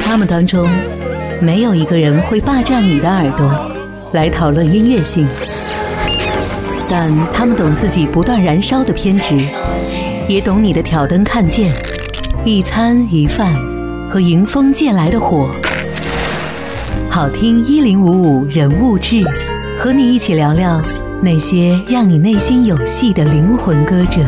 他们当中，没有一个人会霸占你的耳朵来讨论音乐性，但他们懂自己不断燃烧的偏执，也懂你的挑灯看剑、一餐一饭和迎风借来的火。好听1055人物志，和你一起聊聊那些让你内心有戏的灵魂歌者。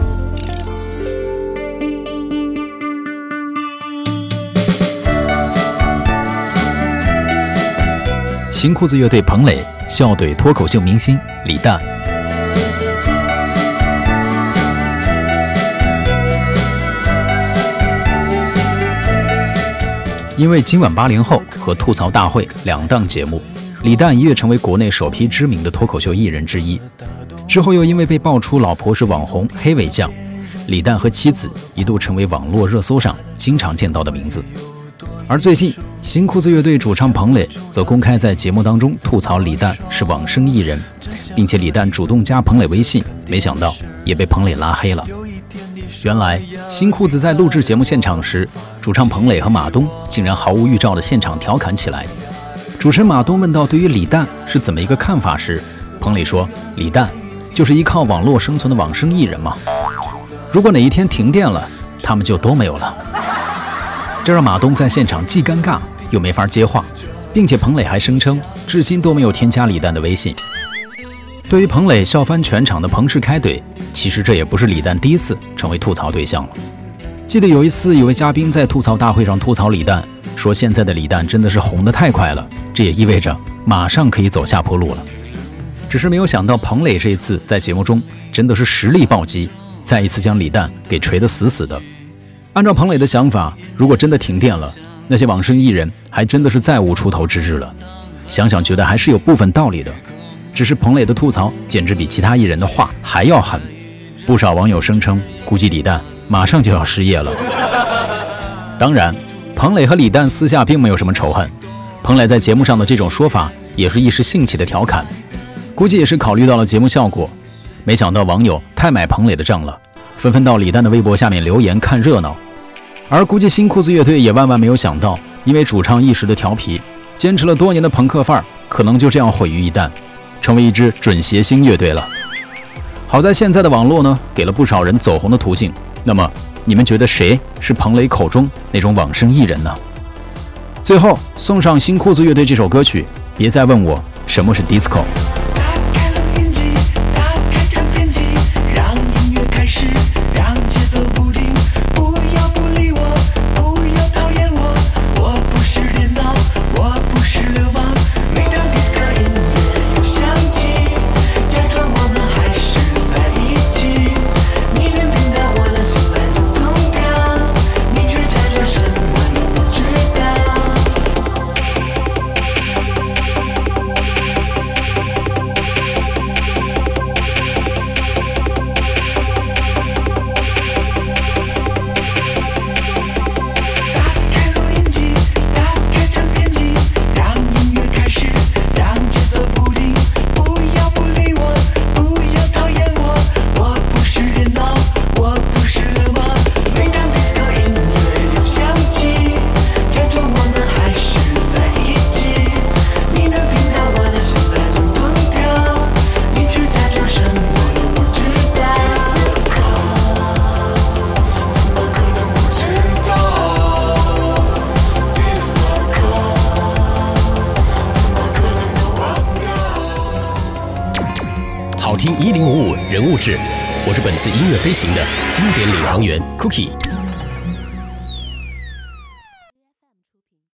新裤子乐队彭磊笑怼脱口秀明星李诞。因为今晚80后和吐槽大会两档节目，李诞一跃成为国内首批知名的脱口秀艺人之一。之后又因为被爆出老婆是网红黑尾酱，李诞和妻子一度成为网络热搜上经常见到的名字。而最近新裤子乐队主唱彭磊则公开在节目当中吐槽李诞是往生艺人，并且李诞主动加彭磊微信，没想到也被彭磊拉黑了。原来新裤子在录制节目现场时，主唱彭磊和马东竟然毫无预兆的现场调侃起来。主持人马东问到对于李诞是怎么一个看法时，彭磊说李诞就是依靠网络生存的往生艺人嘛，如果哪一天停电了，他们就都没有了。这让马东在现场既尴尬又没法接话，并且彭磊还声称至今都没有添加李诞的微信。对于彭磊笑翻全场的彭氏开怼，其实这也不是李诞第一次成为吐槽对象了。记得有一次有位嘉宾在吐槽大会上吐槽李诞，说现在的李诞真的是红得太快了，这也意味着马上可以走下坡路了。只是没有想到彭磊这一次在节目中真的是实力暴击，再一次将李诞给锤得死死的。按照彭磊的想法，如果真的停电了，那些往生艺人还真的是再无出头之日了。想想觉得还是有部分道理的，只是彭磊的吐槽简直比其他艺人的话还要狠。不少网友声称估计李诞马上就要失业了。当然彭磊和李诞私下并没有什么仇恨，彭磊在节目上的这种说法也是一时兴起的调侃，估计也是考虑到了节目效果。没想到网友太买彭磊的账了，纷纷到李诞的微博下面留言看热闹。而估计新裤子乐队也万万没有想到，因为主唱一时的调皮，坚持了多年的朋克范儿可能就这样毁于一旦，成为一支准谐星乐队了。好在现在的网络呢，给了不少人走红的途径。那么你们觉得谁是彭磊口中那种往生艺人呢？最后送上新裤子乐队这首歌曲，别再问我什么是 disco。 好听1055人物志，我是本次音乐飞行的经典领航员 Cookie。